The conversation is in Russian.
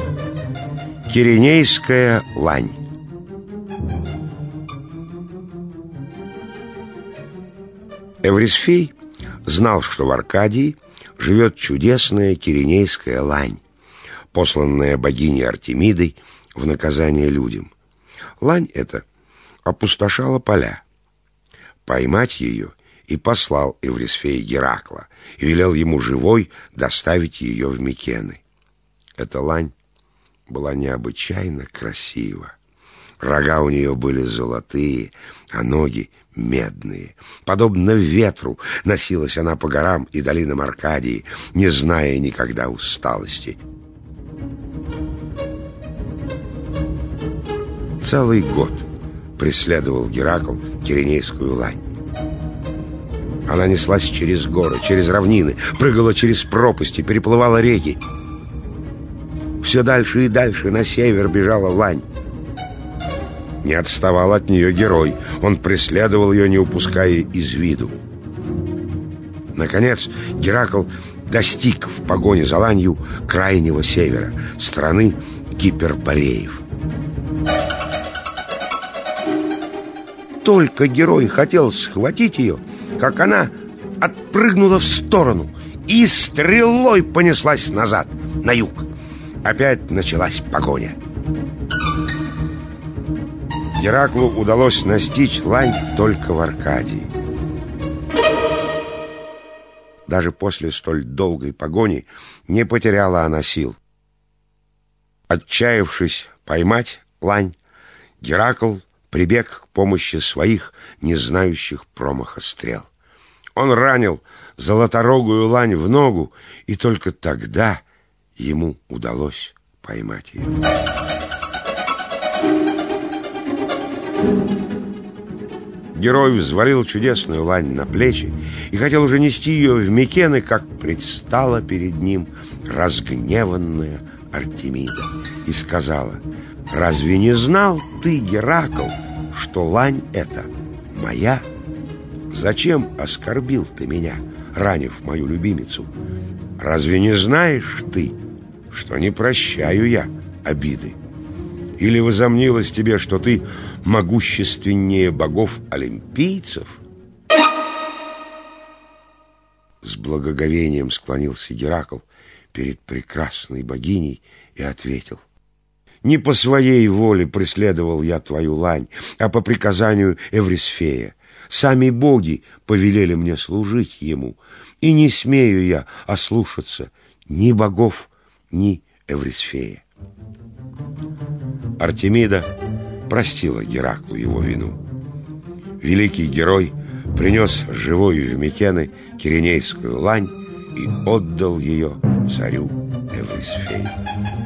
Киренейская лань. Эврисфей знал, что в Аркадии живет чудесная Киренейская лань, посланная богиней Артемидой в наказание людям. Лань эта опустошала поля. Поймать ее и послал Эврисфей Геракла и велел ему живой доставить ее в Микены. Эта лань была необычайно красива. Рога у нее были золотые, а ноги медные. Подобно ветру носилась она по горам и долинам Аркадии, не зная никогда усталости. Целый год преследовал Геракл Киренейскую лань. Она неслась через горы, через равнины, прыгала через пропасти, переплывала реки. Все дальше и дальше на север бежала лань. Не отставал от нее герой. Он преследовал ее, не упуская из виду. Наконец, Геракл достиг в погоне за ланью крайнего севера, страны Гипербореев. Только герой хотел схватить ее, как она отпрыгнула в сторону и стрелой понеслась назад, на юг. Опять началась погоня. Гераклу удалось настичь лань только в Аркадии. Даже после столь долгой погони не потеряла она сил. Отчаявшись поймать лань, Геракл прибег к помощи своих, не знающих промаха стрел. Он ранил золоторогую лань в ногу, и только тогда ему удалось поймать ее. Герой взвалил чудесную лань на плечи и хотел уже нести ее в Микены, как предстала перед ним разгневанная Артемида и сказала: «Разве не знал ты, Геракл, что лань эта моя? Зачем оскорбил ты меня, ранив мою любимицу? Разве не знаешь ты, что не прощаю я обиды? Или возомнилось тебе, что ты могущественнее богов-олимпийцев?» С благоговением склонился Геракл перед прекрасной богиней и ответил: «Не по своей воле преследовал я твою лань, а по приказанию Эврисфея. Сами боги повелели мне служить ему, и не смею я ослушаться ни богов, ни Эврисфея». Артемида простила Гераклу его вину. Великий герой принес живую в Микены Киренейскую лань и отдал ее царю Эврисфею.